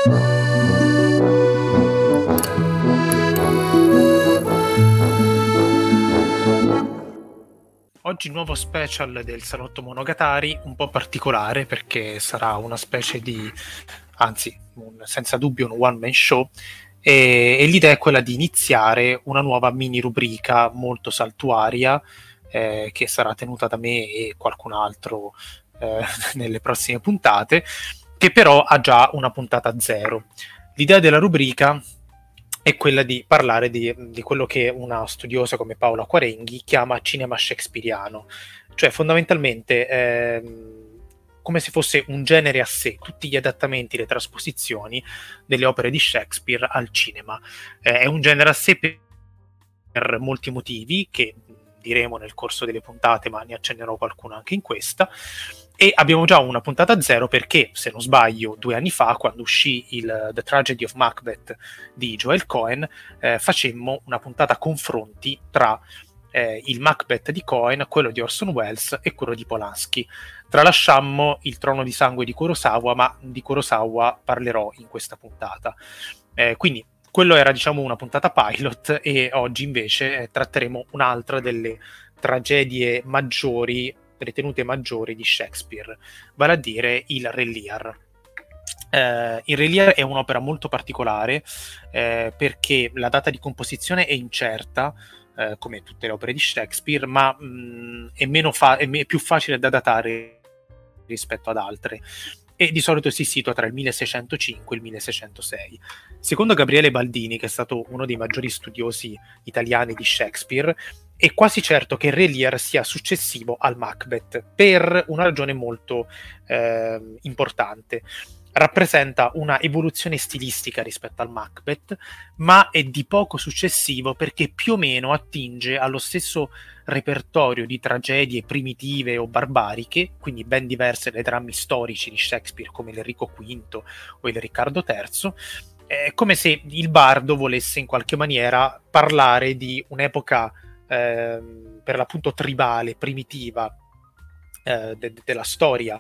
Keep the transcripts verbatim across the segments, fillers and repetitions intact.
Oggi nuovo special del Salotto Monogatari, un po' particolare perché sarà una specie di, anzi, un, senza dubbio un one man show, e, e l'idea è quella di iniziare una nuova mini rubrica molto saltuaria eh, che sarà tenuta da me e qualcun altro eh, nelle prossime puntate, che però ha già una puntata zero. L'idea della rubrica è quella di parlare di, di quello che una studiosa come Paola Quarenghi chiama cinema shakespeariano, cioè fondamentalmente ehm, come se fosse un genere a sé, tutti gli adattamenti, le trasposizioni delle opere di Shakespeare al cinema. Eh, è un genere a sé per, per molti motivi che diremo nel corso delle puntate, ma ne accennerò qualcuno anche in questa. E abbiamo già una puntata zero perché, se non sbaglio, due anni fa, quando uscì il The Tragedy of Macbeth di Joel Cohen, eh, facemmo una puntata confronti tra eh, il Macbeth di Cohen, quello di Orson Welles e quello di Polanski. Tralasciammo Il Trono di Sangue di Kurosawa, ma di Kurosawa parlerò in questa puntata. Eh, quindi quello era, diciamo, una puntata pilot, e oggi invece eh, tratteremo un'altra delle tragedie maggiori, ritenute maggiori di Shakespeare, vale a dire il Re Lear. Eh, il Re Lear è un'opera molto particolare eh, perché la data di composizione è incerta, eh, come tutte le opere di Shakespeare, ma mh, è, meno fa- è me- più facile da datare rispetto ad altre, e di solito si situa tra il milleseicentocinque e il milleseicentosei. Secondo Gabriele Baldini, che è stato uno dei maggiori studiosi italiani di Shakespeare, è quasi certo che Re Lear sia successivo al Macbeth per una ragione molto eh, importante. Rappresenta una evoluzione stilistica rispetto al Macbeth, ma è di poco successivo perché più o meno attinge allo stesso repertorio di tragedie primitive o barbariche, quindi ben diverse dai drammi storici di Shakespeare come l'Enrico quinto o il Riccardo terzo. È come se il bardo volesse in qualche maniera parlare di un'epoca eh, per l'appunto tribale, primitiva eh, de- della storia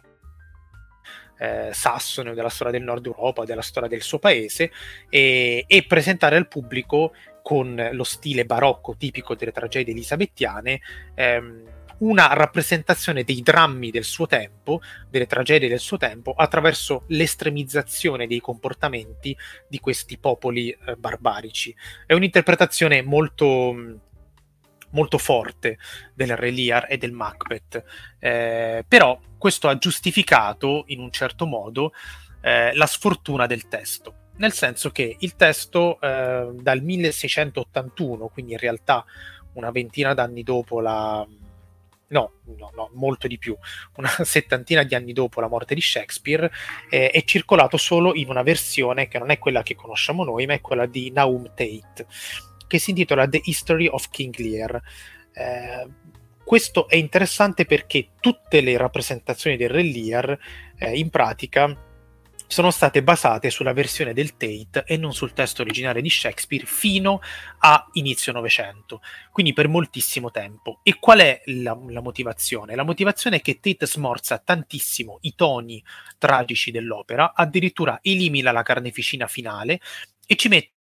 eh, sassone, o della storia del nord Europa, o della storia del suo paese, e, e presentare al pubblico con lo stile barocco tipico delle tragedie elisabettiane ehm, una rappresentazione dei drammi del suo tempo, delle tragedie del suo tempo, attraverso l'estremizzazione dei comportamenti di questi popoli eh, barbarici. È un'interpretazione molto molto forte del Re Lear e del Macbeth, eh, però questo ha giustificato in un certo modo eh, la sfortuna del testo, nel senso che il testo eh, dal milleseicentottantuno, quindi in realtà una ventina d'anni dopo la no, no, no, molto di più, una settantina di anni dopo la morte di Shakespeare, eh, è circolato solo in una versione che non è quella che conosciamo noi, ma è quella di Nahum Tate, che si intitola The History of King Lear. Eh, questo è interessante perché tutte le rappresentazioni del Re Lear eh, in pratica sono state basate sulla versione del Tate e non sul testo originale di Shakespeare fino a inizio Novecento, quindi per moltissimo tempo. E qual è la, la motivazione? La motivazione è che Tate smorza tantissimo i toni tragici dell'opera, addirittura elimina la carneficina finale e ci mette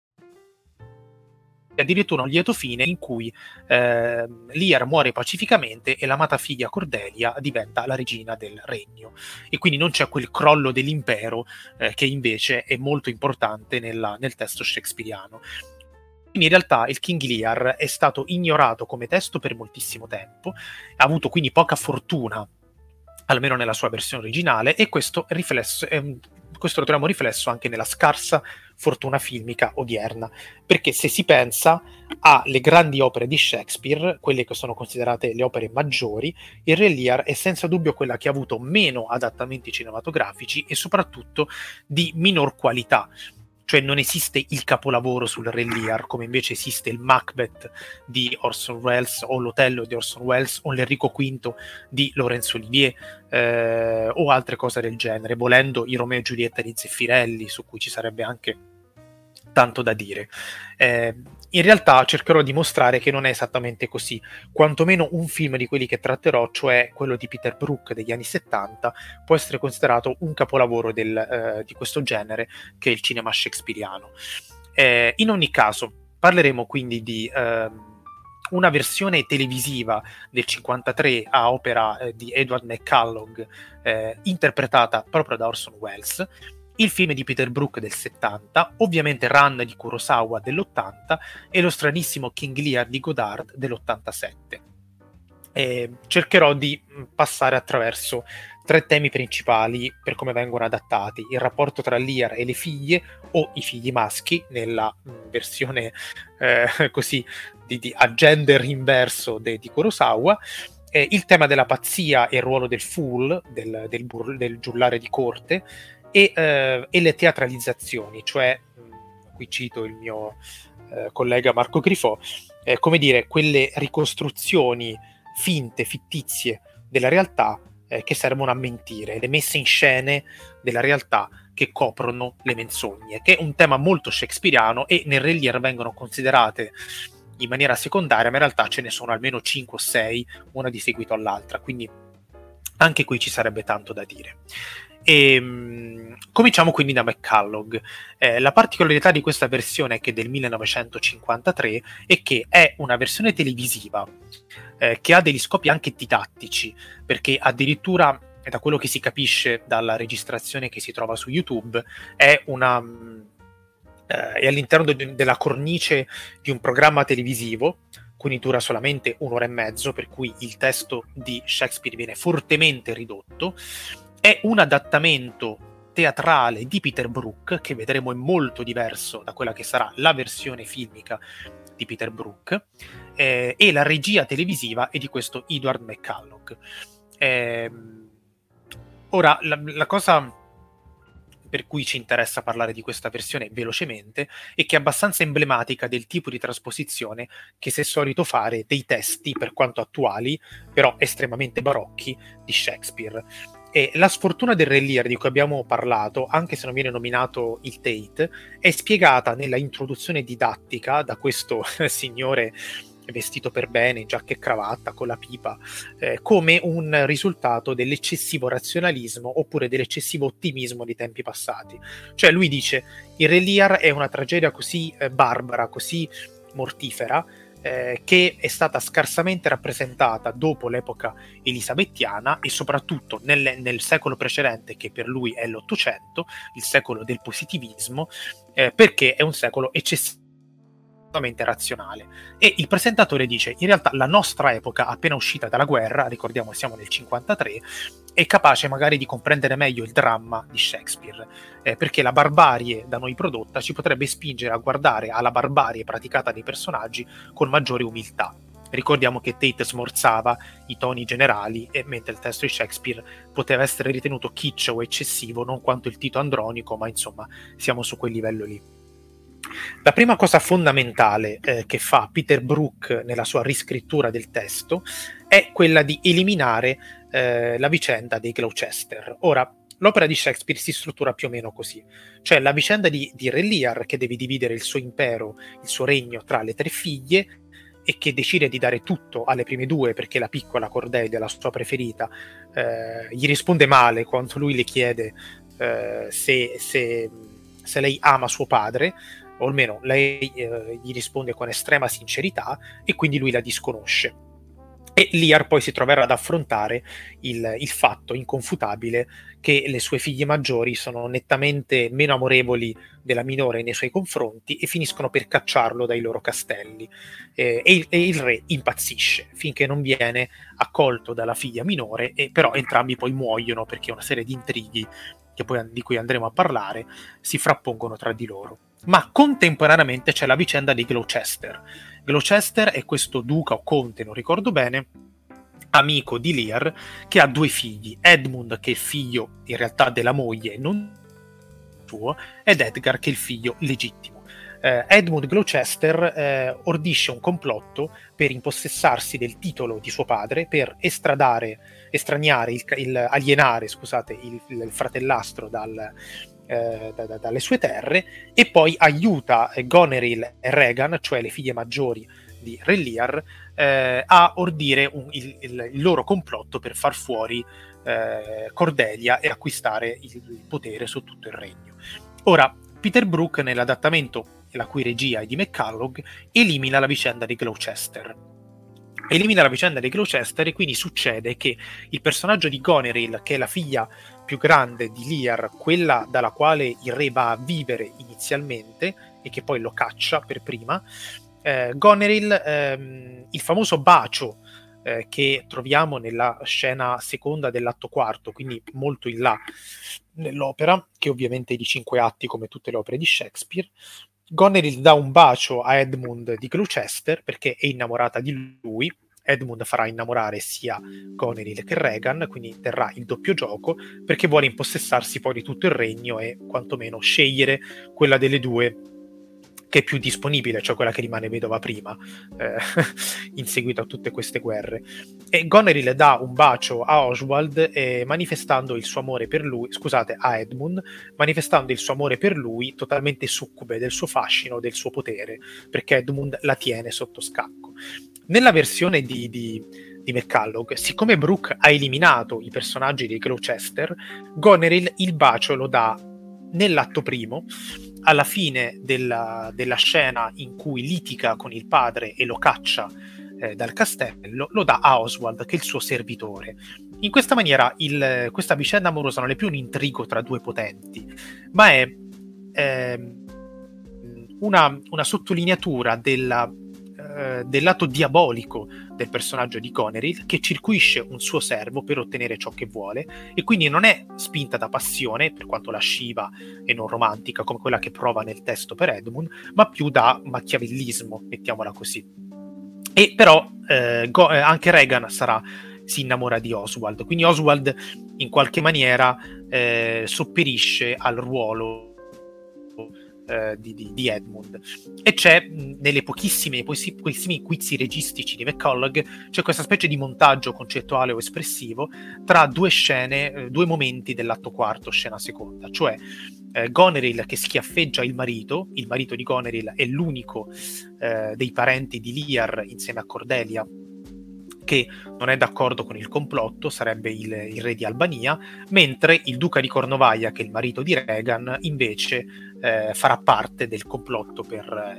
addirittura un lieto fine in cui eh, Lear muore pacificamente e l'amata figlia Cordelia diventa la regina del regno, e quindi non c'è quel crollo dell'impero eh, che invece è molto importante nella, nel testo shakespeariano. Quindi in realtà il King Lear è stato ignorato come testo per moltissimo tempo, ha avuto quindi poca fortuna almeno nella sua versione originale, e questo, riflesso, eh, questo lo troviamo riflesso anche nella scarsa fortuna filmica odierna, perché se si pensa alle grandi opere di Shakespeare, quelle che sono considerate le opere maggiori, il Re Lear è senza dubbio quella che ha avuto meno adattamenti cinematografici e soprattutto di minor qualità. Cioè non esiste il capolavoro sul Re Lear come invece esiste il Macbeth di Orson Welles, o l'Otello di Orson Welles, o l'Enrico quinto di Laurence Olivier, eh, o altre cose del genere, volendo il Romeo e Giulietta di Zeffirelli, su cui ci sarebbe anche tanto da dire. Eh, in realtà cercherò di mostrare che non è esattamente così, quantomeno un film di quelli che tratterò, cioè quello di Peter Brook degli anni settanta, può essere considerato un capolavoro del, eh, di questo genere, che è il cinema shakespeariano. Eh, in ogni caso, parleremo quindi di eh, una versione televisiva del cinquantatré a opera eh, di Edward McCulloch, eh, interpretata proprio da Orson Welles, il film di Peter Brook del settanta, ovviamente Run di Kurosawa dell'ottanta e lo stranissimo King Lear di Godard dell'ottantasette. E cercherò di passare attraverso tre temi principali per come vengono adattati: il rapporto tra Lear e le figlie, o i figli maschi nella versione eh, così di, di a gender inverso de, di Kurosawa, eh, il tema della pazzia e il ruolo del fool, del, del, bur, del giullare di corte, e, eh, e le teatralizzazioni, cioè, mh, qui cito il mio eh, collega Marco Grifò, eh, come dire, quelle ricostruzioni finte, fittizie della realtà eh, che servono a mentire, le messe in scene della realtà che coprono le menzogne, che è un tema molto shakespeariano, e nel Re Lear vengono considerate in maniera secondaria, ma in realtà ce ne sono almeno cinque o sei, una di seguito all'altra, quindi anche qui ci sarebbe tanto da dire. E, um, cominciamo quindi da McCulloch. Eh, la particolarità di questa versione, che è del millenovecentocinquantatré, è che è una versione televisiva eh, che ha degli scopi anche didattici, perché addirittura, da quello che si capisce dalla registrazione che si trova su YouTube, è una eh, è all'interno de- della cornice di un programma televisivo, quindi dura solamente un'ora e mezzo, per cui il testo di Shakespeare viene fortemente ridotto. È un adattamento teatrale di Peter Brook, che vedremo è molto diverso da quella che sarà la versione filmica di Peter Brook, eh, e la regia televisiva è di questo Edward McCulloch. Eh, ora, la, la cosa per cui ci interessa parlare di questa versione velocemente è che è abbastanza emblematica del tipo di trasposizione che si è solito fare dei testi, per quanto attuali, però estremamente barocchi, di Shakespeare. E la sfortuna del Re Lear di cui abbiamo parlato, anche se non viene nominato il Tate, è spiegata nella introduzione didattica da questo signore vestito per bene, in giacca e cravatta, con la pipa, eh, come un risultato dell'eccessivo razionalismo oppure dell'eccessivo ottimismo di tempi passati. Cioè lui dice: il Re Lear è una tragedia così eh, barbara, così mortifera, Eh, che è stata scarsamente rappresentata dopo l'epoca elisabettiana e soprattutto nel, nel secolo precedente, che per lui è l'Ottocento, il secolo del positivismo, eh, perché è un secolo eccessivamente razionale. E il presentatore dice: in realtà la nostra epoca, appena uscita dalla guerra, ricordiamo siamo nel cinquantatré, è capace magari di comprendere meglio il dramma di Shakespeare, eh, perché la barbarie da noi prodotta ci potrebbe spingere a guardare alla barbarie praticata dai personaggi con maggiore umiltà. Ricordiamo che Tate smorzava i toni generali, e mentre il testo di Shakespeare poteva essere ritenuto kitsch o eccessivo, non quanto il Tito Andronico, ma insomma siamo su quel livello lì. La prima cosa fondamentale eh, che fa Peter Brook nella sua riscrittura del testo è quella di eliminare eh, la vicenda dei Gloucester. Ora, l'opera di Shakespeare si struttura più o meno così: cioè la vicenda di, di Re Lear, che deve dividere il suo impero, il suo regno, tra le tre figlie, e che decide di dare tutto alle prime due perché la piccola Cordelia, la sua preferita, eh, gli risponde male quando lui le chiede eh, se, se, se lei ama suo padre, o almeno lei eh, gli risponde con estrema sincerità, e quindi lui la disconosce. E Lear poi si troverà ad affrontare il, il fatto inconfutabile che le sue figlie maggiori sono nettamente meno amorevoli della minore nei suoi confronti e finiscono per cacciarlo dai loro castelli. Eh, e, il, e il re impazzisce finché non viene accolto dalla figlia minore, e però entrambi poi muoiono perché una serie di intrighi, che poi, di cui andremo a parlare, si frappongono tra di loro. Ma contemporaneamente c'è la vicenda di Gloucester. Gloucester è questo duca o conte, non ricordo bene, amico di Lear, che ha due figli: Edmund, che è figlio in realtà della moglie, non suo, ed Edgar, che è il figlio legittimo. Eh, Edmund Gloucester eh, ordisce un complotto per impossessarsi del titolo di suo padre, per estradare, estraniare, il, il, alienare, scusate, il, il fratellastro dal, eh, da, da, dalle sue terre, e poi aiuta Goneril e Rhaegan, cioè le figlie maggiori di Rhaenyra, eh, a ordire un, il, il, il loro complotto per far fuori eh, Cordelia e acquistare il, il potere su tutto il regno. Ora, Peter Brook, nell'adattamento, la cui regia è di McCulloch, elimina la vicenda di Gloucester. Elimina la vicenda di Gloucester e quindi succede che il personaggio di Goneril, che è la figlia più grande di Lear, quella dalla quale il re va a vivere inizialmente e che poi lo caccia per prima, eh, Goneril, ehm, il famoso bacio eh, che troviamo nella scena seconda dell'atto quarto, quindi molto in là nell'opera, che ovviamente è di cinque atti come tutte le opere di Shakespeare, Goneril dà un bacio a Edmund di Gloucester perché è innamorata di lui. Edmund farà innamorare sia Goneril che Rhaegan, quindi terrà il doppio gioco perché vuole impossessarsi poi di tutto il regno e quantomeno scegliere quella delle due che è più disponibile, cioè quella che rimane vedova prima, eh, in seguito a tutte queste guerre. E Goneril dà un bacio a Oswald, eh, manifestando il suo amore per lui, scusate, a Edmund, manifestando il suo amore per lui totalmente succube del suo fascino, del suo potere, perché Edmund la tiene sotto scacco. Nella versione di, di, di McCulloch, siccome Brook ha eliminato i personaggi di Gloucester, Goneril il bacio lo dà nell'atto primo, alla fine della, della scena in cui litiga con il padre e lo caccia eh, dal castello, lo dà a Oswald, che è il suo servitore. In questa maniera il, questa vicenda amorosa non è più un intrigo tra due potenti, ma è eh, una, una sottolineatura della, eh, del lato diabolico del personaggio di Goneril, che circuisce un suo servo per ottenere ciò che vuole, e quindi non è spinta da passione, per quanto lasciva e non romantica come quella che prova nel testo per Edmund, ma più da machiavellismo, mettiamola così. E però eh, Go- eh, anche Rhaegan sarà, si innamora di Oswald, quindi Oswald in qualche maniera eh, sopperisce al ruolo eh, di, di, di Edmund. E c'è mh, nelle pochissime pochi, pochissimi quizi registici di McCulloch c'è questa specie di montaggio concettuale o espressivo tra due scene, eh, due momenti dell'atto quarto, scena seconda, cioè eh, Goneril che schiaffeggia il marito, il marito di Goneril è l'unico eh, dei parenti di Lear insieme a Cordelia che non è d'accordo con il complotto, sarebbe il, il re di Albania, mentre il duca di Cornovaglia, che è il marito di Rhaegan, invece eh, farà parte del complotto per,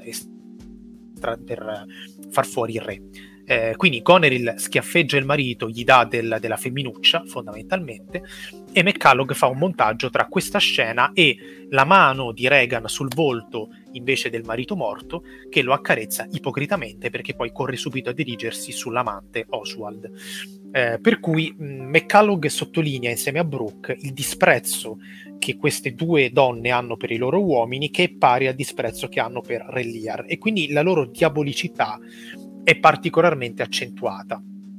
eh, per far fuori il re. Eh, quindi Goneril schiaffeggia il marito, gli dà del, della femminuccia fondamentalmente, e McCulloch fa un montaggio tra questa scena e la mano di Rhaegan sul volto invece del marito morto, che lo accarezza ipocritamente perché poi corre subito a dirigersi sull'amante Oswald. Eh, per cui mh, McCulloch sottolinea insieme a Brook il disprezzo che queste due donne hanno per i loro uomini, che è pari al disprezzo che hanno per Rhaenyra, e quindi la loro diabolicità è particolarmente accentuata.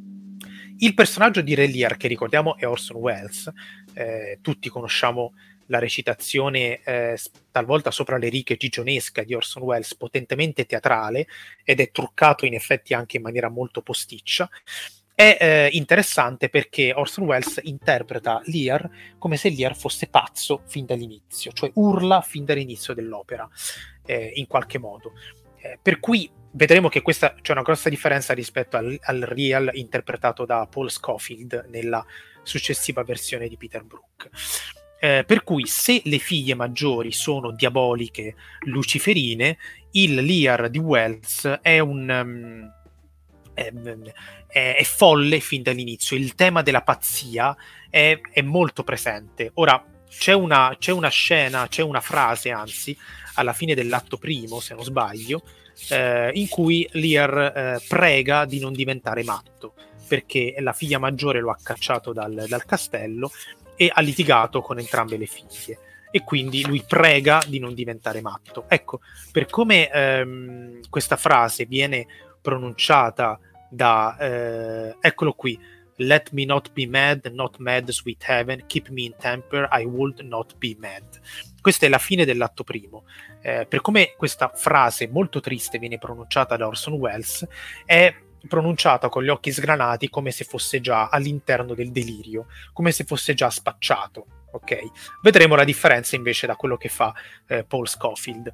Il personaggio di Rhaenyra, che ricordiamo è Orson Welles, eh, tutti conosciamo la recitazione eh, talvolta sopra le righe gigionesca di Orson Welles, potentemente teatrale, ed è truccato in effetti anche in maniera molto posticcia. È eh, interessante perché Orson Welles interpreta Lear come se Lear fosse pazzo fin dall'inizio, cioè urla fin dall'inizio dell'opera, eh, in qualche modo. Eh, per cui vedremo che questa c'è una grossa differenza rispetto al, al Real interpretato da Paul Scofield nella successiva versione di Peter Brook. Eh, per cui se le figlie maggiori sono diaboliche, luciferine, il Lear di Welles è un um, è, è, è folle fin dall'inizio. Il tema della pazzia è, è molto presente. Ora c'è una, c'è una scena, c'è una frase anzi alla fine dell'atto primo, se non sbaglio, eh, in cui Lear eh, prega di non diventare matto, perché la figlia maggiore lo ha cacciato dal, dal castello e ha litigato con entrambe le figlie, e quindi lui prega di non diventare matto. Ecco, per come ehm, questa frase viene pronunciata da eh, eccolo qui: let me not be mad, not mad, sweet heaven, keep me in temper, I would not be mad. Questa è la fine dell'atto primo. Eh, per come questa frase molto triste viene pronunciata da Orson Welles, è pronunciata con gli occhi sgranati, come se fosse già all'interno del delirio, come se fosse già spacciato, ok? Vedremo la differenza invece da quello che fa eh, Paul Scofield.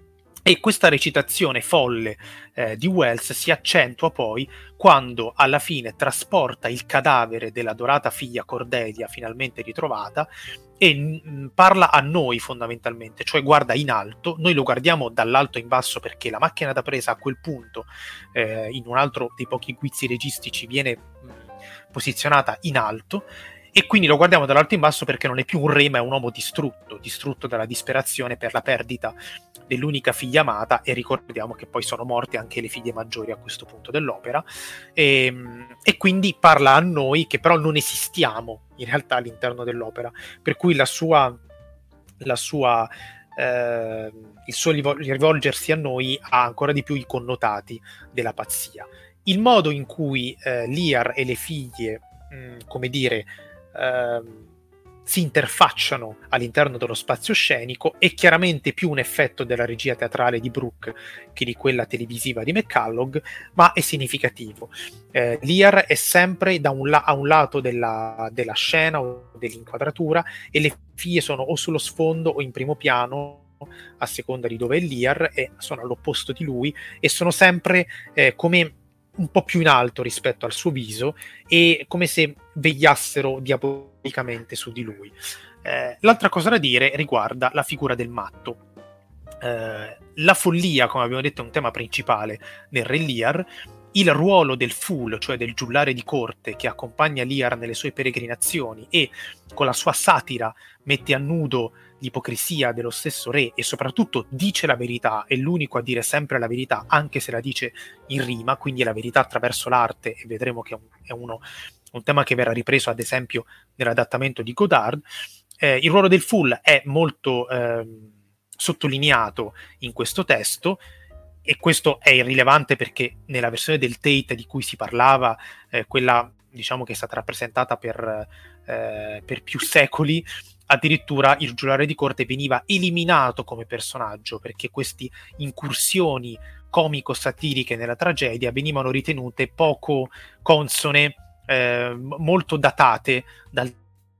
E questa recitazione folle eh, di Wells si accentua poi quando alla fine trasporta il cadavere della adorata figlia Cordelia, finalmente ritrovata, e mh, parla a noi fondamentalmente, cioè guarda in alto, noi lo guardiamo dall'alto in basso perché la macchina da presa a quel punto, eh, in un altro dei pochi guizzi registici, viene mh, posizionata in alto, e quindi lo guardiamo dall'alto in basso perché non è più un re ma è un uomo distrutto, distrutto dalla disperazione per la perdita dell'unica figlia amata, e ricordiamo che poi sono morte anche le figlie maggiori a questo punto dell'opera, e, e quindi parla a noi che però non esistiamo in realtà all'interno dell'opera, per cui la sua, la sua eh, il suo rivolgersi a noi ha ancora di più i connotati della pazzia. Il modo in cui eh, Lear e le figlie, mh, come dire, Uh, si interfacciano all'interno dello spazio scenico è chiaramente più un effetto della regia teatrale di Brooke che di quella televisiva di McCulloch, ma è significativo. Eh, Lear è sempre da un la- a un lato della, della scena o dell'inquadratura, e le figlie sono o sullo sfondo o in primo piano a seconda di dove è Lear, e sono all'opposto di lui, e sono sempre eh, come un po' più in alto rispetto al suo viso, e come se vegliassero diabolicamente su di lui. Eh, l'altra cosa da dire riguarda la figura del matto. Eh, la follia, come abbiamo detto, è un tema principale nel Re Lear. Il ruolo del fool, cioè del giullare di corte che accompagna Lear nelle sue peregrinazioni e con la sua satira mette a nudo l'ipocrisia dello stesso re e soprattutto dice la verità, è l'unico a dire sempre la verità anche se la dice in rima, quindi è la verità attraverso l'arte, e vedremo che è, un, è uno, un tema che verrà ripreso ad esempio nell'adattamento di Godard. Eh, il ruolo del fool è molto eh, sottolineato in questo testo, e questo è irrilevante perché nella versione del Tate di cui si parlava, eh, quella diciamo che è stata rappresentata per, eh, per più secoli, addirittura il giullare di corte veniva eliminato come personaggio perché queste incursioni comico-satiriche nella tragedia venivano ritenute poco consone, eh, molto datate dal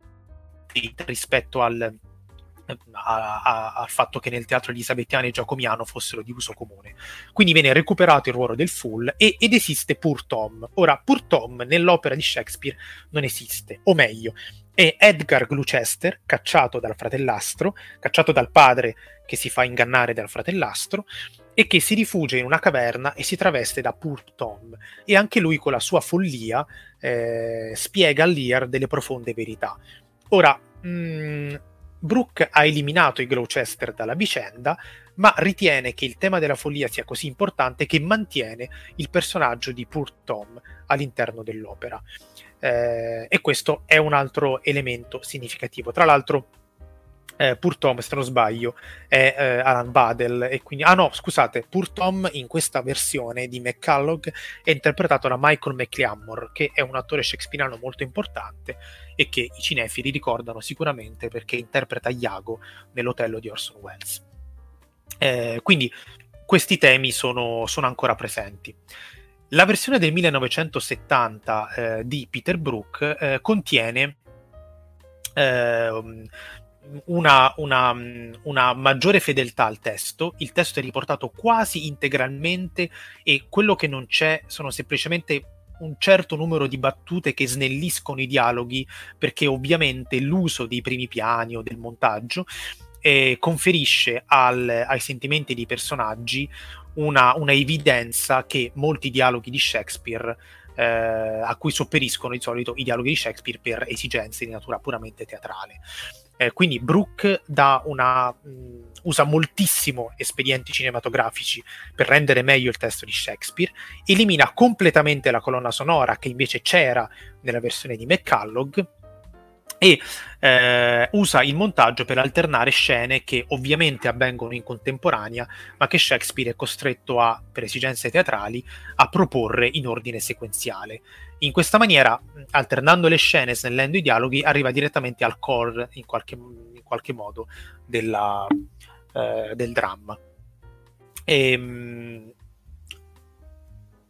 Tate rispetto al A, a, al fatto che nel teatro elisabettiano e giacomiano fossero di uso comune. Quindi viene recuperato il ruolo del fool e, ed esiste Poor Tom. Ora, Poor Tom nell'opera di Shakespeare non esiste, o meglio, è Edgar Gloucester, cacciato dal fratellastro, cacciato dal padre che si fa ingannare dal fratellastro, e che si rifugia in una caverna e si traveste da Poor Tom, e anche lui con la sua follia eh, spiega a Lear delle profonde verità. Ora, mh, Brooke ha eliminato i Gloucester dalla vicenda, ma ritiene che il tema della follia sia così importante che mantiene il personaggio di Poor Tom all'interno dell'opera. Eh, e questo è un altro elemento significativo. Tra l'altro, eh, Poor Tom, se non sbaglio, è eh, Alan Badel, e quindi... Ah no, scusate, Poor Tom in questa versione di McCulloch è interpretato da Michael McLeamore, che è un attore shakespeariano molto importante e che i cinefili ricordano sicuramente perché interpreta Iago nell'Otello di Orson Welles. Eh, quindi questi temi sono, sono ancora presenti. La versione del millenovecentosettanta eh, di Peter Brook eh, contiene eh, una, una, una maggiore fedeltà al testo. Il testo è riportato quasi integralmente e quello che non c'è sono semplicemente un certo numero di battute che snelliscono i dialoghi, perché ovviamente l'uso dei primi piani o del montaggio eh, conferisce al, ai sentimenti dei personaggi una, una evidenza che molti dialoghi di Shakespeare eh, a cui sopperiscono di solito i dialoghi di Shakespeare per esigenze di natura puramente teatrale. Eh, quindi Brooke dà una, mh, usa moltissimo espedienti cinematografici per rendere meglio il testo di Shakespeare, elimina completamente la colonna sonora che invece c'era nella versione di McCulloch, e eh, usa il montaggio per alternare scene che ovviamente avvengono in contemporanea, ma che Shakespeare è costretto a, per esigenze teatrali, a proporre in ordine sequenziale. In questa maniera, alternando le scene, snellendo i dialoghi, arriva direttamente al core, in qualche, in qualche modo, della, eh, del dramma. E,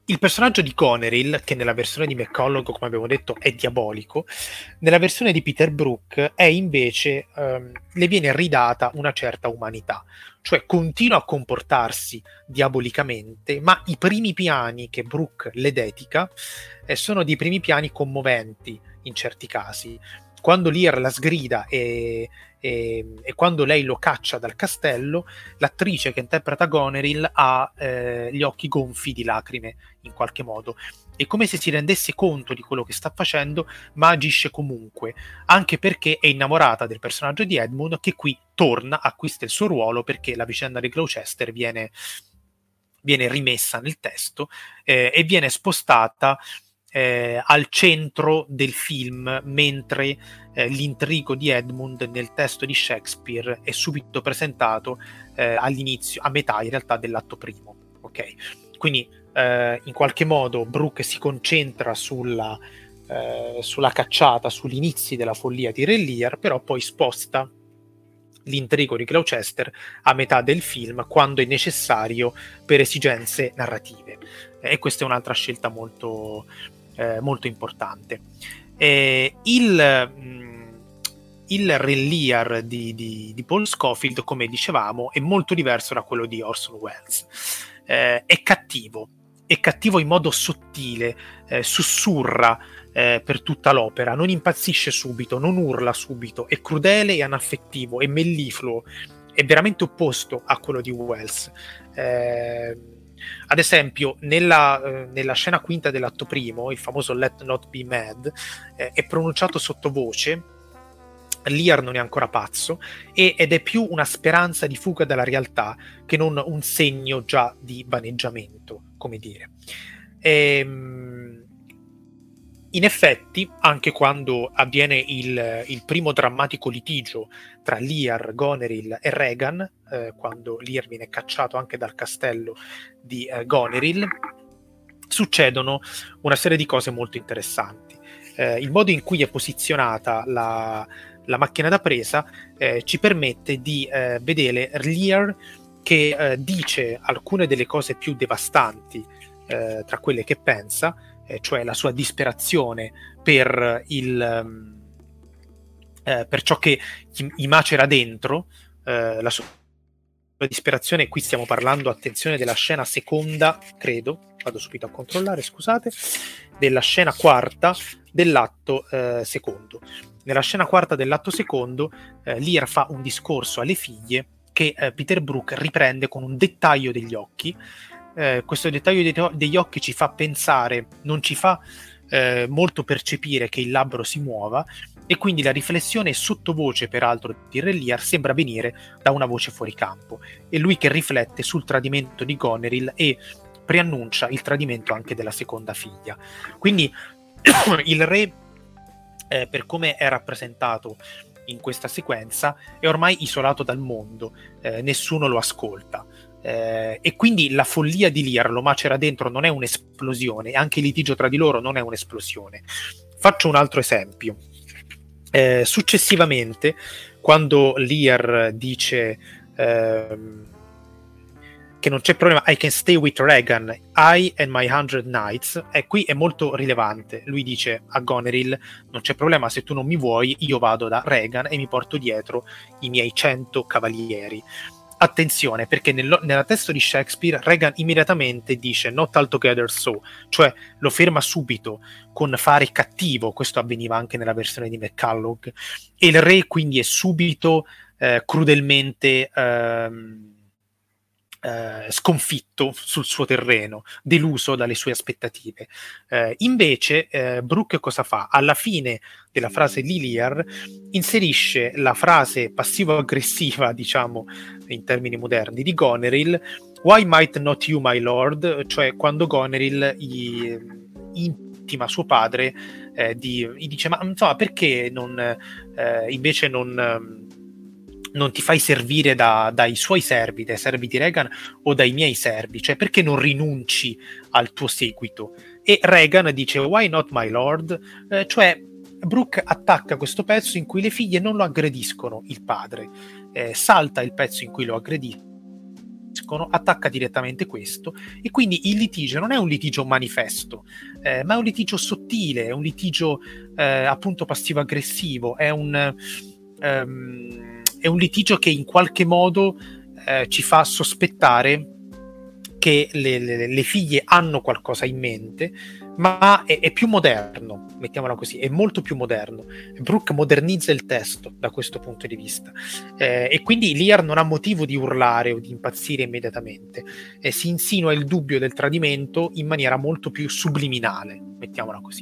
il personaggio di Goneril, che nella versione di McCulloch, come abbiamo detto, è diabolico, nella versione di Peter Brook è invece ehm, le viene ridata una certa umanità, cioè continua a comportarsi diabolicamente, ma i primi piani che Brook le dedica eh, sono dei primi piani commoventi in certi casi. Quando Lear la sgrida e, e, e quando lei lo caccia dal castello, l'attrice che interpreta Goneril ha eh, gli occhi gonfi di lacrime in qualche modo. È come se si rendesse conto di quello che sta facendo, ma agisce comunque, anche perché è innamorata del personaggio di Edmund, che qui torna, acquista il suo ruolo, perché la vicenda di Gloucester viene, viene rimessa nel testo eh, e viene spostata Eh, al centro del film, mentre eh, l'intrigo di Edmund nel testo di Shakespeare è subito presentato eh, all'inizio, a metà in realtà dell'atto primo. Ok, quindi eh, in qualche modo Brooke si concentra sulla, eh, sulla cacciata, sugli inizi della follia di Re Lear, però poi sposta l'intrigo di Gloucester a metà del film quando è necessario per esigenze narrative. E questa è un'altra scelta molto Eh, molto importante. Eh, il, mh, il Re Lear di, di, di Paul Scofield, come dicevamo, è molto diverso da quello di Orson Welles. Eh, è cattivo, è cattivo in modo sottile, eh, sussurra eh, per tutta l'opera, non impazzisce subito, non urla subito, è crudele e anaffettivo, è mellifluo, è veramente opposto a quello di Welles. Eh, Ad esempio, nella, eh, nella scena quinta dell'atto primo, il famoso Let Not Be Mad, eh, è pronunciato sottovoce, Lear non è ancora pazzo, e, ed è più una speranza di fuga dalla realtà che non un segno già di vaneggiamento, come dire. Ehm, In effetti, anche quando avviene il, il primo drammatico litigio tra Lear, Goneril e Regan, eh, quando Lear viene cacciato anche dal castello di eh, Goneril, succedono una serie di cose molto interessanti. Eh, il modo in cui è posizionata la, la macchina da presa eh, ci permette di eh, vedere Lear che eh, dice alcune delle cose più devastanti eh, tra quelle che pensa, cioè la sua disperazione per, il, um, eh, per ciò che gli macera dentro, eh, la sua disperazione. Qui stiamo parlando, attenzione, della scena seconda, credo, vado subito a controllare, scusate, della scena quarta dell'atto eh, secondo. Nella scena quarta dell'atto secondo, eh, Lear fa un discorso alle figlie che eh, Peter Brook riprende con un dettaglio degli occhi. Eh, questo dettaglio de- degli occhi ci fa pensare, non ci fa eh, molto percepire che il labbro si muova, e quindi la riflessione sottovoce, peraltro, di Re Lear sembra venire da una voce fuori campo. È lui che riflette sul tradimento di Goneril e preannuncia il tradimento anche della seconda figlia. Quindi il re, eh, per come è rappresentato in questa sequenza, è ormai isolato dal mondo, eh, nessuno lo ascolta. Eh, e quindi la follia di Lear lo macera dentro, non è un'esplosione, anche il litigio tra di loro non è un'esplosione. Faccio un altro esempio. Eh, successivamente, quando Lear dice ehm, che non c'è problema, I can stay with Regan, I and my hundred knights, e qui è molto rilevante. Lui dice a Goneril: non c'è problema, se tu non mi vuoi io vado da Regan e mi porto dietro i miei cento cavalieri. Attenzione, perché nel, nella testo di Shakespeare Regan immediatamente dice not altogether so, cioè lo ferma subito con fare cattivo. Questo avveniva anche nella versione di McCulloch, e il re quindi è subito eh, crudelmente ehm, eh, sconfitto sul suo terreno, deluso dalle sue aspettative. Eh, invece eh, Brooke cosa fa? Alla fine della frase di Lear inserisce la frase passivo-aggressiva, diciamo in termini moderni, di Goneril: why might not you, my lord? Cioè quando Goneril gli intima suo padre, eh, di, gli dice: ma insomma, perché non eh, invece non non ti fai servire da, dai suoi servi, dai servi di Regan o dai miei servi, cioè perché non rinunci al tuo seguito? E Regan dice why not my lord? Eh, cioè Brooke attacca questo pezzo in cui le figlie non lo aggrediscono il padre, eh, salta il pezzo in cui lo aggrediscono finiscono, attacca direttamente questo, e quindi il litigio non è un litigio manifesto, eh, ma è un litigio sottile, è un litigio eh, appunto passivo-aggressivo, è un, um, è un litigio che in qualche modo eh, ci fa sospettare che le, le, le figlie hanno qualcosa in mente, ma è, è più moderno, mettiamola così, è molto più moderno. Brooke modernizza il testo da questo punto di vista, eh, e quindi Lear non ha motivo di urlare o di impazzire immediatamente, eh, si insinua il dubbio del tradimento in maniera molto più subliminale, mettiamola così.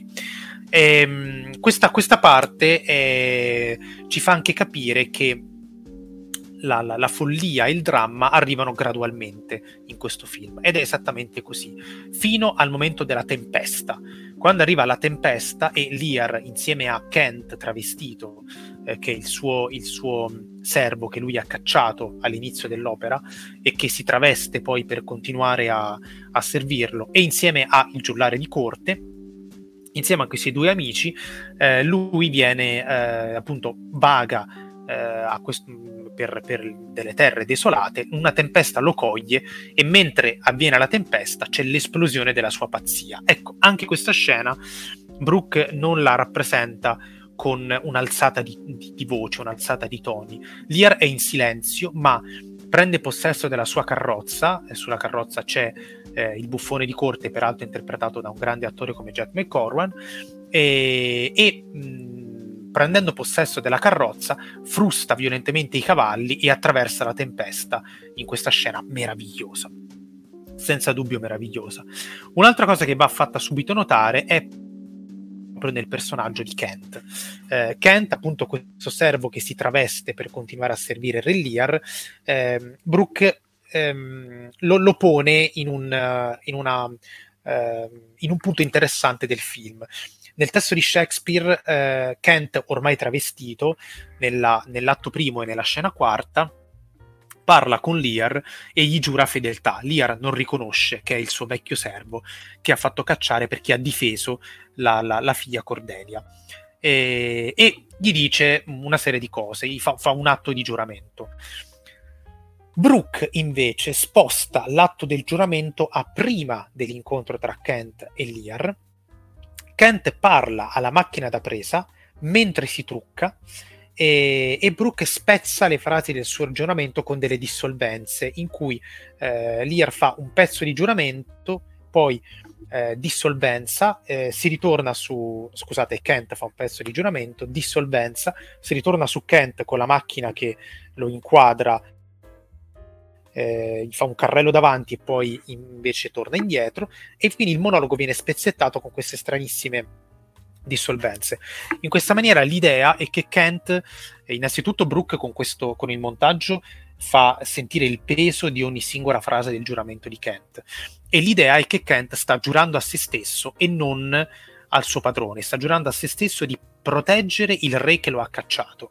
E, questa, questa parte eh, ci fa anche capire che La, la, la follia e il dramma arrivano gradualmente in questo film, ed è esattamente così fino al momento della tempesta. Quando arriva la tempesta e Lear insieme a Kent travestito, eh, che è il suo, il suo servo che lui ha cacciato all'inizio dell'opera e che si traveste poi per continuare a, a servirlo, e insieme a il giullare di corte, insieme a questi due amici, eh, lui viene eh, appunto vaga eh, a questo Per, per delle terre desolate, una tempesta lo coglie e mentre avviene la tempesta c'è l'esplosione della sua pazzia. Ecco, anche questa scena Brooke non la rappresenta con un'alzata di, di, di voce, un'alzata di toni. Lear è in silenzio, ma prende possesso della sua carrozza, e sulla carrozza c'è eh, il buffone di corte, peraltro interpretato da un grande attore come Jack McCorwan, e, e mh, prendendo possesso della carrozza, frusta violentemente i cavalli e attraversa la tempesta in questa scena meravigliosa, senza dubbio meravigliosa. Un'altra cosa che va fatta subito notare è proprio nel personaggio di Kent. Eh, Kent, appunto, questo servo che si traveste per continuare a servire Re Lear, eh, Brooke ehm, lo, lo pone in un, uh, in, una, uh, in un punto interessante del film. Nel testo di Shakespeare, eh, Kent, ormai travestito, nella, nell'atto primo e nella scena quarta, parla con Lear e gli giura fedeltà. Lear non riconosce che è il suo vecchio servo che ha fatto cacciare perché ha difeso la, la, la figlia Cordelia. E, e gli dice una serie di cose, gli fa, fa un atto di giuramento. Brooke invece sposta l'atto del giuramento a prima dell'incontro tra Kent e Lear. Kent parla alla macchina da presa mentre si trucca e, e Brooke spezza le frasi del suo giuramento con delle dissolvenze in cui eh, Lear fa un pezzo di giuramento, poi eh, dissolvenza, eh, si ritorna su, scusate, Kent fa un pezzo di giuramento, dissolvenza, si ritorna su Kent con la macchina che lo inquadra, Eh, gli fa un carrello davanti e poi invece torna indietro, e quindi il monologo viene spezzettato con queste stranissime dissolvenze. In questa maniera l'idea è che Kent, eh, innanzitutto Brooke con, questo, con il montaggio fa sentire il peso di ogni singola frase del giuramento di Kent, e l'idea è che Kent sta giurando a se stesso e non al suo padrone, sta giurando a se stesso di proteggere il re che lo ha cacciato.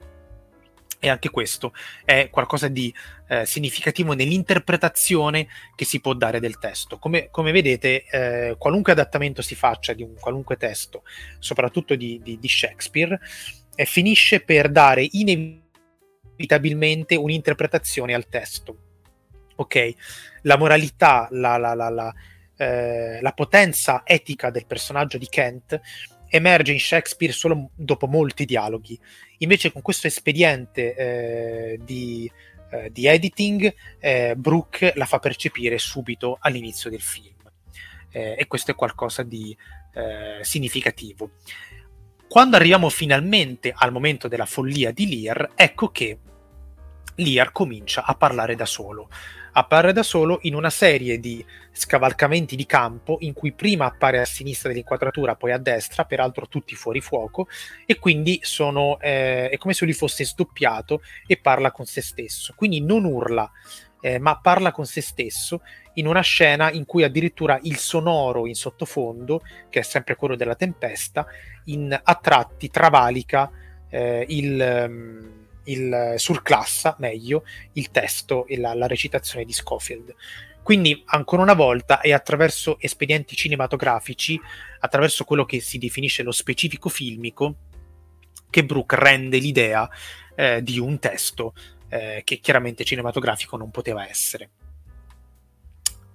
E anche questo è qualcosa di eh, significativo nell'interpretazione che si può dare del testo. Come, come vedete, eh, qualunque adattamento si faccia di un qualunque testo, soprattutto di, di, di Shakespeare, eh, finisce per dare inevitabilmente un'interpretazione al testo. Ok? La moralità, la, la, la, la, eh, la potenza etica del personaggio di Kent emerge in Shakespeare solo dopo molti dialoghi. Invece con questo espediente eh, di, eh, di editing, eh, Brooke la fa percepire subito all'inizio del film, eh, e questo è qualcosa di eh, significativo. Quando arriviamo finalmente al momento della follia di Lear, ecco che Lear comincia a parlare da solo. Appare da solo in una serie di scavalcamenti di campo in cui prima appare a sinistra dell'inquadratura, poi a destra, peraltro tutti fuori fuoco, e quindi sono, eh, è come se lui fosse sdoppiato e parla con se stesso. Quindi non urla, eh, ma parla con se stesso in una scena in cui addirittura il sonoro in sottofondo, che è sempre quello della tempesta, in, a tratti travalica eh, il... Um, il surclassa meglio il testo e la, la recitazione di Scofield. Quindi ancora una volta è attraverso espedienti cinematografici, attraverso quello che si definisce lo specifico filmico, che Brooke rende l'idea eh, di un testo eh, che chiaramente cinematografico non poteva essere.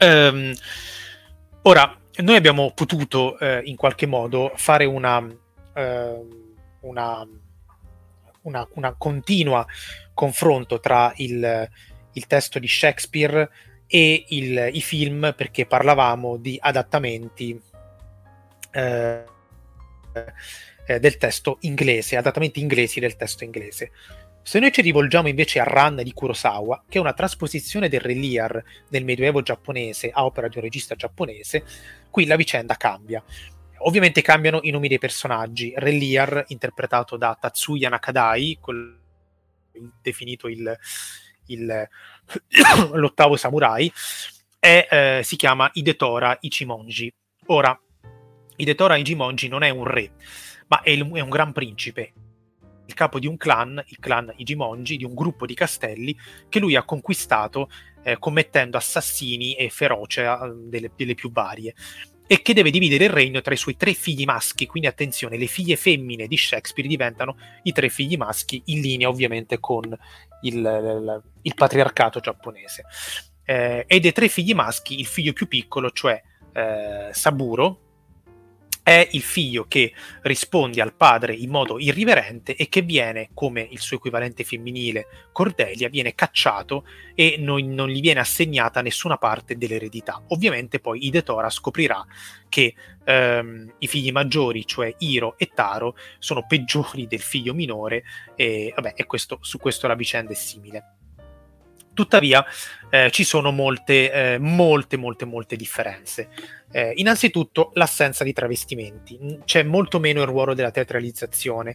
Um, ora, noi abbiamo potuto eh, in qualche modo fare una, eh, una, una, una continua confronto tra il, il testo di Shakespeare e il, i film, perché parlavamo di adattamenti eh, eh, del testo inglese, adattamenti inglesi del testo inglese. Se noi ci rivolgiamo invece a Ran di Kurosawa, che è una trasposizione del Re Lear nel Medioevo giapponese a opera di un regista giapponese, qui la vicenda cambia. Ovviamente cambiano i nomi dei personaggi. Re Lear, interpretato da Tatsuya Nakadai, col, definito il, il, l'ottavo samurai, è, eh, si chiama Hidetora Ichimonji. Ora, Hidetora Ichimonji non è un re, ma è, il, è un gran principe, il capo di un clan, il clan Ichimonji, di un gruppo di castelli che lui ha conquistato eh, commettendo assassini e ferocia eh, delle, delle più varie, e che deve dividere il regno tra i suoi tre figli maschi. Quindi attenzione, le figlie femmine di Shakespeare diventano i tre figli maschi, in linea ovviamente con il, il, il patriarcato giapponese. Eh, e dei tre figli maschi, il figlio più piccolo, cioè eh, Saburo, è il figlio che risponde al padre in modo irriverente e che viene, come il suo equivalente femminile Cordelia, viene cacciato e non, non gli viene assegnata nessuna parte dell'eredità. Ovviamente poi Hidetora scoprirà che ehm, i figli maggiori, cioè Hiro e Taro, sono peggiori del figlio minore, e, vabbè, e questo, su questo la vicenda è simile. Tuttavia eh, ci sono molte, eh, molte, molte, molte differenze. Eh, innanzitutto l'assenza di travestimenti. C'è molto meno il ruolo della teatralizzazione.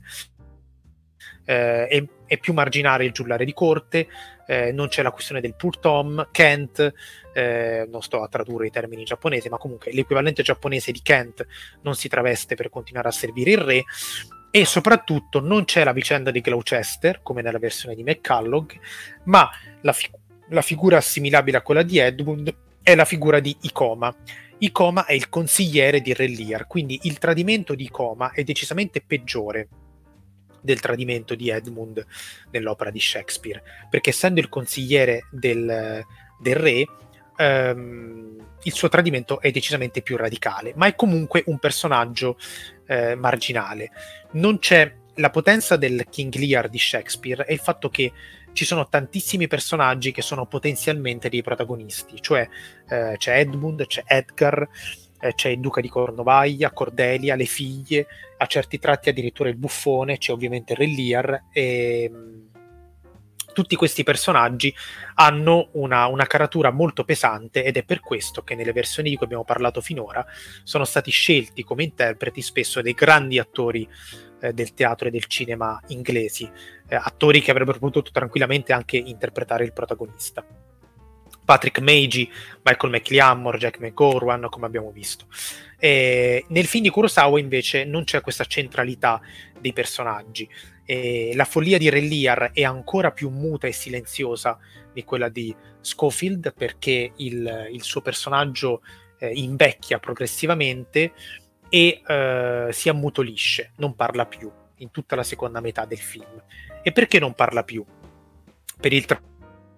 Eh, è, è più marginale il giullare di corte, eh, non c'è la questione del purtom, Kent, eh, non sto a tradurre i termini giapponesi, ma comunque l'equivalente giapponese di Kent non si traveste per continuare a servire il re. E soprattutto non c'è la vicenda di Gloucester, come nella versione di McCulloch, ma la, fi- la figura assimilabile a quella di Edmund è la figura di Ikoma. Ikoma è il consigliere di Re Lear, quindi il tradimento di Ikoma è decisamente peggiore del tradimento di Edmund nell'opera di Shakespeare, perché essendo il consigliere del, del re, ehm, il suo tradimento è decisamente più radicale, ma è comunque un personaggio eh, marginale. Non c'è la potenza del King Lear di Shakespeare, è il fatto che ci sono tantissimi personaggi che sono potenzialmente dei protagonisti, cioè eh, c'è Edmund, c'è Edgar, eh, c'è il duca di Cornovaglia, Cordelia, le figlie, a certi tratti addirittura il buffone, c'è ovviamente Re Lear, e tutti questi personaggi hanno una, una caratura molto pesante, ed è per questo che nelle versioni di cui abbiamo parlato finora sono stati scelti come interpreti spesso dei grandi attori eh, del teatro e del cinema inglesi, eh, attori che avrebbero potuto tranquillamente anche interpretare il protagonista. Patrick Meiji, Michael McLeamore, Jack McGowan, come abbiamo visto. E nel film di Kurosawa invece non c'è questa centralità dei personaggi. E la follia di Re Lear è ancora più muta e silenziosa di quella di Scofield, perché il, il suo personaggio eh, invecchia progressivamente e eh, si ammutolisce, non parla più in tutta la seconda metà del film. E perché non parla più? Per il tra-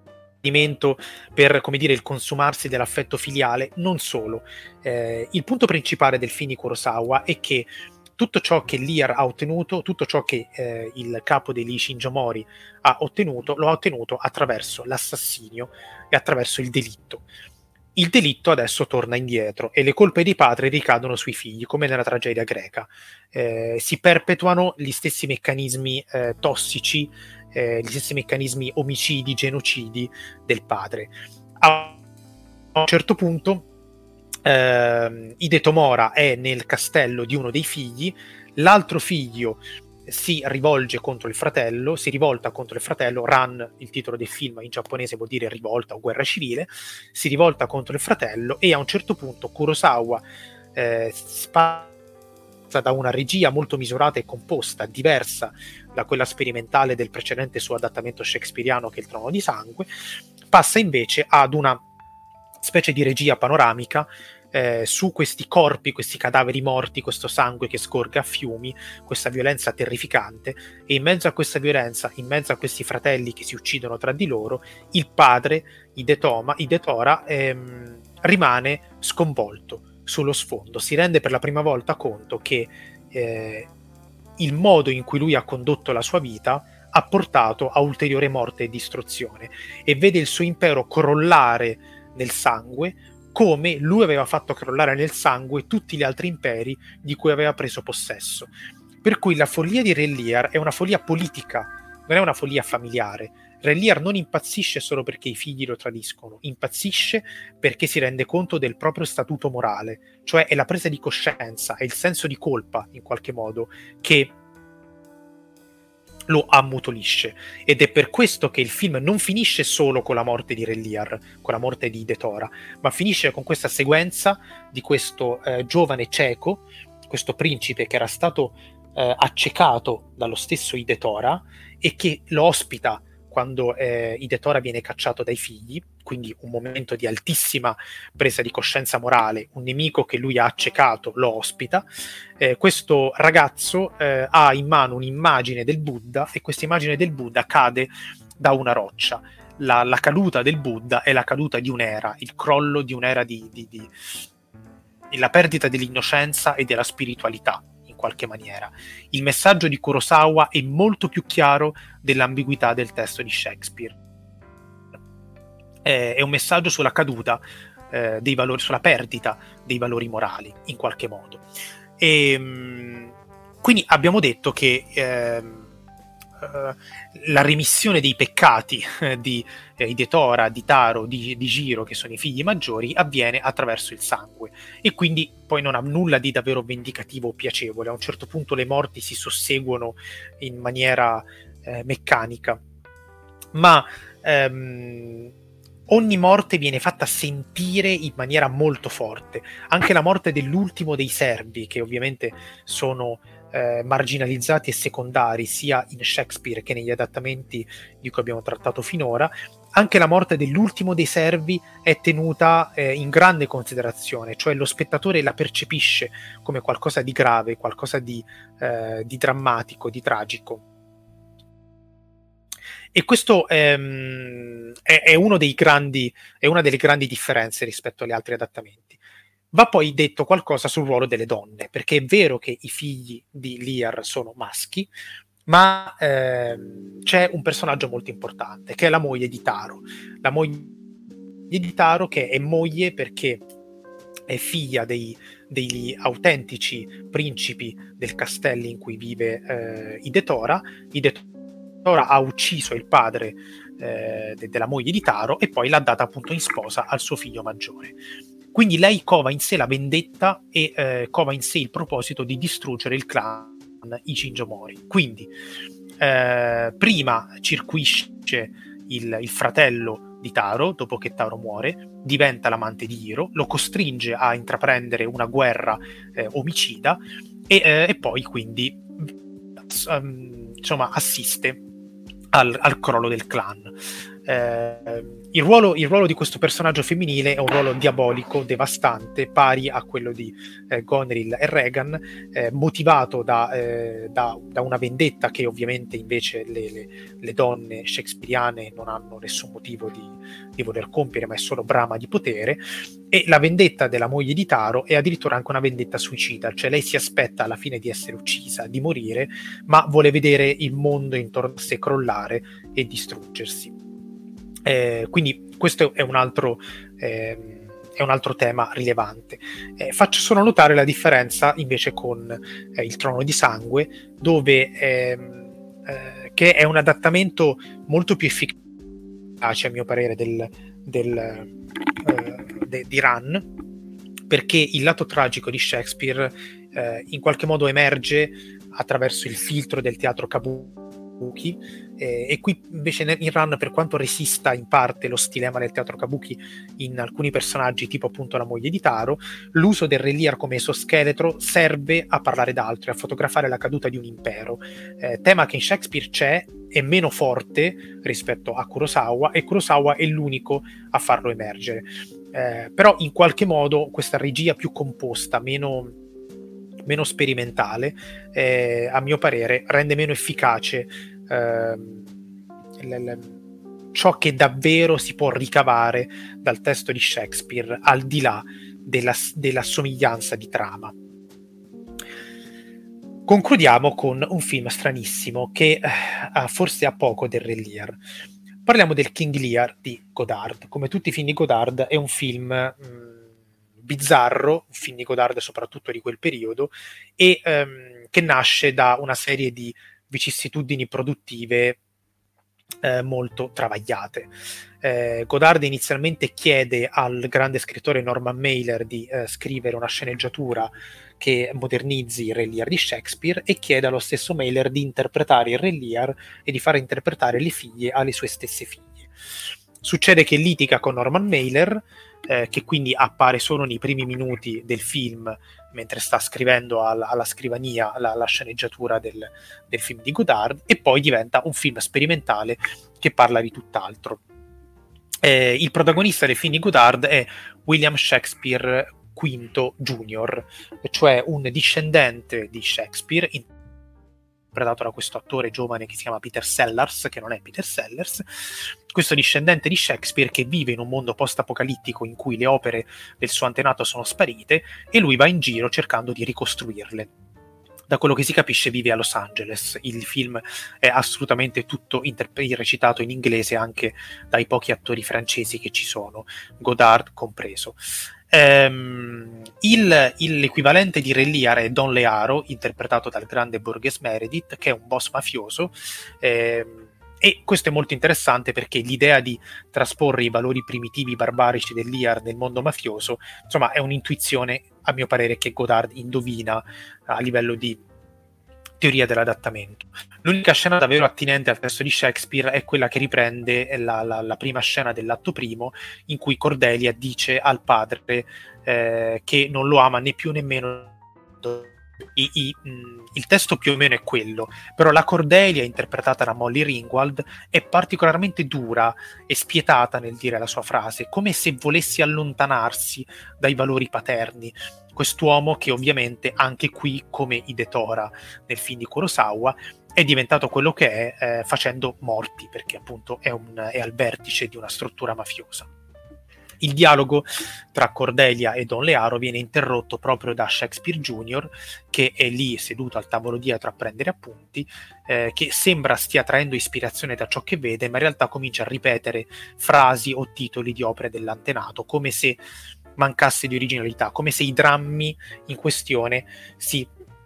per, come dire, il consumarsi dell'affetto filiale. Non solo, eh, il punto principale del film di Kurosawa è che tutto ciò che Lear ha ottenuto, tutto ciò che eh, il capo degli Shinjomori ha ottenuto, lo ha ottenuto attraverso l'assassinio e attraverso il delitto. Il delitto adesso torna indietro e le colpe dei padri ricadono sui figli, come nella tragedia greca. Eh, si perpetuano gli stessi meccanismi eh, tossici, eh, gli stessi meccanismi omicidi, genocidi del padre. A un certo punto eh, Hidetomora è nel castello di uno dei figli, l'altro figlio si rivolge contro il fratello, si rivolta contro il fratello. Ran, il titolo del film in giapponese vuol dire rivolta o guerra civile, si rivolta contro il fratello, e a un certo punto Kurosawa eh, spazza da una regia molto misurata e composta, diversa da quella sperimentale del precedente suo adattamento shakespeariano, che è Il Trono di Sangue, passa invece ad una specie di regia panoramica eh, su questi corpi, questi cadaveri morti, questo sangue che scorga a fiumi, questa violenza terrificante, e in mezzo a questa violenza, in mezzo a questi fratelli che si uccidono tra di loro, il padre Hidetoma, Hidetora ehm, rimane sconvolto sullo sfondo, si rende per la prima volta conto che eh, il modo in cui lui ha condotto la sua vita ha portato a ulteriore morte e distruzione, e vede il suo impero crollare nel sangue, come lui aveva fatto crollare nel sangue tutti gli altri imperi di cui aveva preso possesso. Per cui la follia di Re Lear è una follia politica, non è una follia familiare. Re Lear non impazzisce solo perché i figli lo tradiscono, impazzisce perché si rende conto del proprio statuto morale, cioè è la presa di coscienza, è il senso di colpa, in qualche modo, che lo ammutolisce. Ed è per questo che il film non finisce solo con la morte di Re Lear, con la morte di Hidetora, ma finisce con questa sequenza di questo eh, giovane cieco, questo principe che era stato eh, accecato dallo stesso Hidetora e che lo ospita quando eh, Hidetora viene cacciato dai figli, quindi un momento di altissima presa di coscienza morale, un nemico che lui ha accecato lo ospita. Eh, questo ragazzo eh, ha in mano un'immagine del Buddha, e questa immagine del Buddha cade da una roccia. La, la caduta del Buddha è la caduta di un'era, il crollo di un'era di, di, di la perdita dell'innocenza e della spiritualità, in qualche maniera. Il messaggio di Kurosawa è molto più chiaro dell'ambiguità del testo di Shakespeare. È, è un messaggio sulla caduta eh, dei valori, sulla perdita dei valori morali, in qualche modo. E mh, quindi abbiamo detto che eh, la remissione dei peccati di eh, Hidetora, di Taro, di, di Jiro, che sono i figli maggiori, avviene attraverso il sangue, e quindi poi non ha nulla di davvero vendicativo o piacevole. A un certo punto le morti si susseguono in maniera eh, meccanica, ma ehm, ogni morte viene fatta sentire in maniera molto forte. Anche la morte dell'ultimo dei servi, che ovviamente sono Eh, marginalizzati e secondari sia in Shakespeare che negli adattamenti di cui abbiamo trattato finora, anche la morte dell'ultimo dei servi è tenuta eh, in grande considerazione, cioè lo spettatore la percepisce come qualcosa di grave, qualcosa di, eh, di drammatico, di tragico. E questo ehm, è, è, uno dei grandi, è una delle grandi differenze rispetto agli altri adattamenti. Va poi detto qualcosa sul ruolo delle donne, perché è vero che i figli di Lear sono maschi, ma ehm, c'è un personaggio molto importante, che è la moglie di Taro. La moglie di Taro, che è moglie perché è figlia dei, degli autentici principi del castello in cui vive eh, Hidetora. Hidetora ha ucciso il padre eh, de- della moglie di Taro e poi l'ha data appunto in sposa al suo figlio maggiore. Quindi lei cova in sé la vendetta e eh, cova in sé il proposito di distruggere il clan Ichinjomori. Quindi eh, prima circuisce il, il fratello di Taro, dopo che Taro muore, diventa l'amante di Hiro, lo costringe a intraprendere una guerra eh, omicida e, eh, e poi quindi um, insomma assiste al, al crollo del clan. Eh, il, ruolo, il ruolo di questo personaggio femminile è un ruolo diabolico, devastante, pari a quello di eh, Gonril e Regan, eh, motivato da, eh, da, da una vendetta che ovviamente invece le, le, le donne shakespeariane non hanno nessun motivo di, di voler compiere, ma è solo brama di potere. E la vendetta della moglie di Taro è addirittura anche una vendetta suicida, cioè lei si aspetta alla fine di essere uccisa, di morire, ma vuole vedere il mondo intorno a sé crollare e distruggersi. Eh, quindi questo è un altro, eh, è un altro tema rilevante. Eh, faccio solo notare la differenza invece con eh, Il Trono di Sangue, dove ehm, eh, che è un adattamento molto più efficace a mio parere del, del, eh, de, di Ran, perché il lato tragico di Shakespeare eh, in qualche modo emerge attraverso il filtro del teatro kabuki. Eh, e qui invece in Ran, per quanto resista in parte lo stilema del teatro kabuki in alcuni personaggi tipo appunto la moglie di Taro, l'uso del Re Lear come esoscheletro serve a parlare d'altro e a fotografare la caduta di un impero, eh, tema che in Shakespeare c'è, è meno forte rispetto a Kurosawa, e Kurosawa è l'unico a farlo emergere. Eh, però in qualche modo questa regia più composta, meno meno sperimentale, eh, a mio parere rende meno efficace eh, l- l- ciò che davvero si può ricavare dal testo di Shakespeare, al di là della, della somiglianza di trama. Concludiamo con un film stranissimo che eh, forse ha poco del Re Lear. Parliamo del King Lear di Godard. Come tutti i film di Godard è un film mh, bizzarro, un film di Godard soprattutto di quel periodo, e ehm, che nasce da una serie di vicissitudini produttive eh, molto travagliate. Eh, Godard inizialmente chiede al grande scrittore Norman Mailer di eh, scrivere una sceneggiatura che modernizzi il Re Lear di Shakespeare, e chiede allo stesso Mailer di interpretare il Re Lear e di far interpretare le figlie alle sue stesse figlie. Succede che litiga con Norman Mailer, eh, che quindi appare solo nei primi minuti del film, mentre sta scrivendo al, alla scrivania la, la sceneggiatura del, del film di Godard, e poi diventa un film sperimentale che parla di tutt'altro. Eh, il protagonista del film di Godard è William Shakespeare V Junior, cioè un discendente di Shakespeare, interpretato da questo attore giovane che si chiama Peter Sellers, che non è Peter Sellers, questo discendente di Shakespeare che vive in un mondo post-apocalittico in cui le opere del suo antenato sono sparite e lui va in giro cercando di ricostruirle. Da quello che si capisce vive a Los Angeles. Il film è assolutamente tutto interp- recitato in inglese anche dai pochi attori francesi che ci sono, Godard compreso. Um, il, il, l'equivalente di Re Lear è Don Learo, interpretato dal grande Burgess Meredith, che è un boss mafioso, ehm, e questo è molto interessante perché l'idea di trasporre i valori primitivi barbarici del Lear nel mondo mafioso, insomma, è un'intuizione, a mio parere, che Godard indovina a livello di teoria dell'adattamento. L'unica scena davvero attinente al testo di Shakespeare è quella che riprende la, la, la prima scena dell'atto primo, in cui Cordelia dice al padre eh, che non lo ama né più né meno. I, i, mh, il testo più o meno è quello, però la Cordelia, interpretata da Molly Ringwald, è particolarmente dura e spietata nel dire la sua frase, come se volesse allontanarsi dai valori paterni. Quest'uomo che ovviamente anche qui, come Hidetora nel film di Kurosawa, è diventato quello che è eh, facendo morti, perché appunto è, un, è al vertice di una struttura mafiosa. Il dialogo tra Cordelia e Don Learo viene interrotto proprio da Shakespeare Junior, che è lì seduto al tavolo dietro a prendere appunti, eh, che sembra stia traendo ispirazione da ciò che vede, ma in realtà comincia a ripetere frasi o titoli di opere dell'antenato, come se mancasse di originalità, come se i drammi in questione si,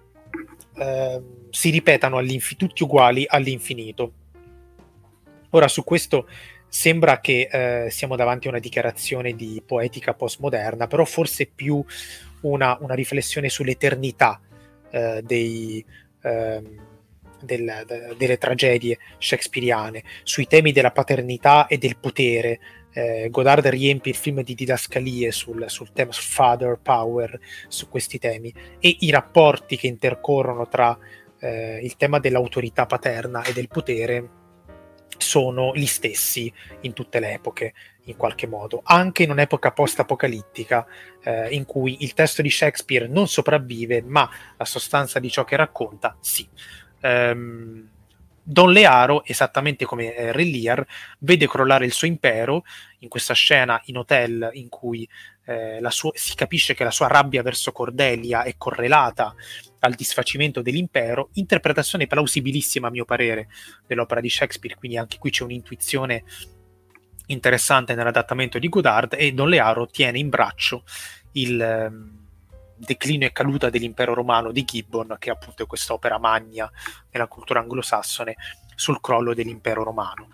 eh, si ripetano all'inf- tutti uguali all'infinito. Ora, su questo sembra che eh, siamo davanti a una dichiarazione di poetica postmoderna, però forse più una, una riflessione sull'eternità eh, dei, eh, del, de, delle tragedie shakespeariane, sui temi della paternità e del potere. Eh, Godard riempie il film di didascalie sul, sul tema sul father power, su questi temi, e i rapporti che intercorrono tra eh, il tema dell'autorità paterna e del potere sono gli stessi in tutte le epoche, in qualche modo, anche in un'epoca post-apocalittica eh, in cui il testo di Shakespeare non sopravvive, ma la sostanza di ciò che racconta sì. Um, Don Learo, esattamente come eh, Re Lear, vede crollare il suo impero in questa scena in hotel in cui eh, la sua, si capisce che la sua rabbia verso Cordelia è correlata al disfacimento dell'impero, interpretazione plausibilissima a mio parere dell'opera di Shakespeare, quindi anche qui c'è un'intuizione interessante nell'adattamento di Godard, e Don Learo tiene in braccio il eh, declino e caduta dell'impero romano di Gibbon, che appunto è quest'opera magna nella cultura anglosassone sul crollo dell'impero romano.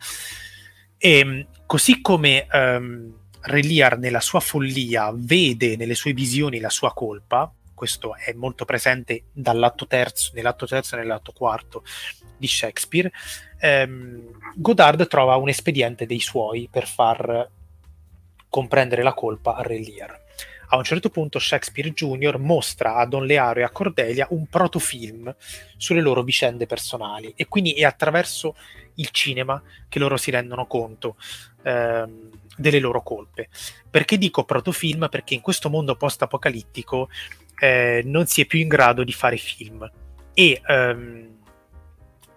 E così come ehm, Re Lear nella sua follia vede nelle sue visioni la sua colpa, questo è molto presente dall'atto terzo, nell'atto terzo e nell'atto quarto di Shakespeare, ehm, Godard trova un espediente dei suoi per far comprendere la colpa a Re Lear. A un certo punto Shakespeare Junior mostra a Don Learo e a Cordelia un protofilm sulle loro vicende personali, e quindi è attraverso il cinema che loro si rendono conto ehm, delle loro colpe. Perché dico protofilm? Perché in questo mondo post-apocalittico eh, non si è più in grado di fare film, e ehm,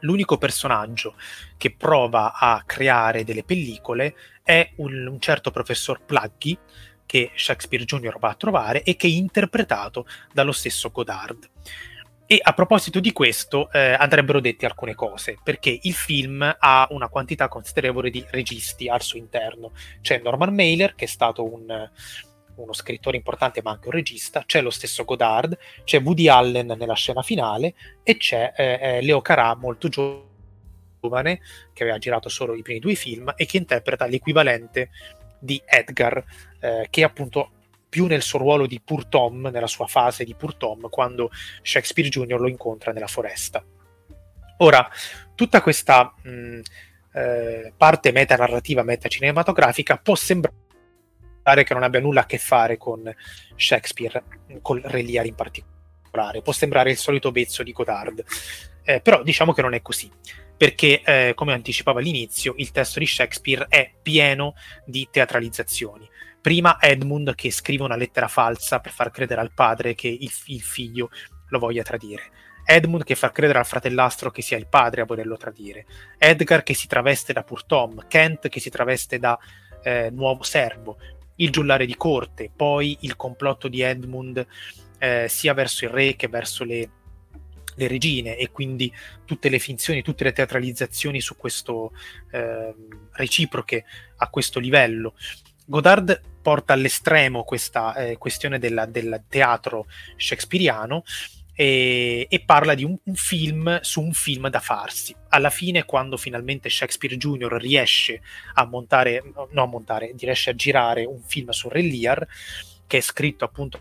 l'unico personaggio che prova a creare delle pellicole è un, un certo professor Plaggy, che Shakespeare Junior va a trovare e che è interpretato dallo stesso Godard. E a proposito di questo eh, andrebbero dette alcune cose, perché il film ha una quantità considerevole di registi al suo interno. C'è Norman Mailer, che è stato un, uno scrittore importante ma anche un regista, c'è lo stesso Godard, c'è Woody Allen nella scena finale e c'è eh, Leo Carà, molto giovane, che aveva girato solo i primi due film e che interpreta l'equivalente di Edgar, eh, che appunto più nel suo ruolo di Pur Tom, nella sua fase di Pur Tom, quando Shakespeare Junior lo incontra nella foresta. Ora, tutta questa mh, eh, parte metanarrativa, metacinematografica può sembrare che non abbia nulla a che fare con Shakespeare, con Re Lear in particolare, può sembrare il solito vezzo di Godard, eh, però diciamo che non è così, perché eh, come anticipavo all'inizio, il testo di Shakespeare è pieno di teatralizzazioni. Prima Edmund che scrive una lettera falsa per far credere al padre che il, il figlio lo voglia tradire. Edmund che fa credere al fratellastro che sia il padre a volerlo tradire. Edgar che si traveste da Pur Tom. Kent che si traveste da eh, nuovo servo. Il giullare di corte. Poi il complotto di Edmund eh, sia verso il re che verso le, le regine, e quindi tutte le finzioni, tutte le teatralizzazioni su questo eh, reciproche a questo livello. Godard porta all'estremo questa eh, questione della, del teatro shakespeariano e, e parla di un, un film su un film da farsi. Alla fine, quando finalmente Shakespeare Junior riesce a montare, no a montare, riesce a girare un film su Re Lear, che è scritto appunto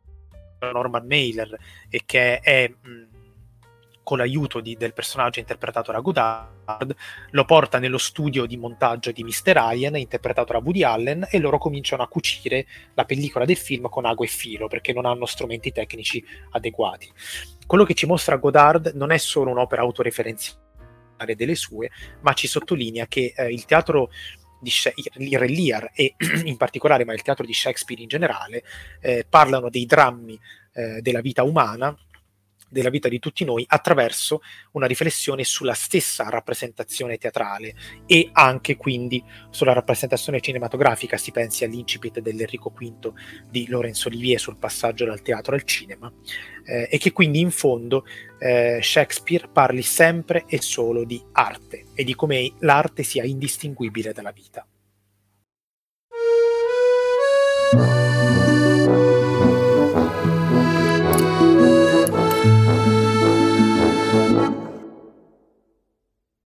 da Norman Mailer e che è mh, con l'aiuto di, del personaggio interpretato da Godard, lo porta nello studio di montaggio di mister Ryan, interpretato da Woody Allen, e loro cominciano a cucire la pellicola del film con ago e filo, perché non hanno strumenti tecnici adeguati. Quello che ci mostra Godard non è solo un'opera autoreferenziale delle sue, ma ci sottolinea che eh, il teatro di Re Lear e in particolare, ma il teatro di Shakespeare in generale, eh, parlano dei drammi eh, della vita umana, della vita di tutti noi, attraverso una riflessione sulla stessa rappresentazione teatrale e anche quindi sulla rappresentazione cinematografica. Si pensi all'incipit dell'Enrico quinto di Laurence Olivier sul passaggio dal teatro al cinema, eh, e che quindi in fondo eh, Shakespeare parli sempre e solo di arte e di come l'arte sia indistinguibile dalla vita.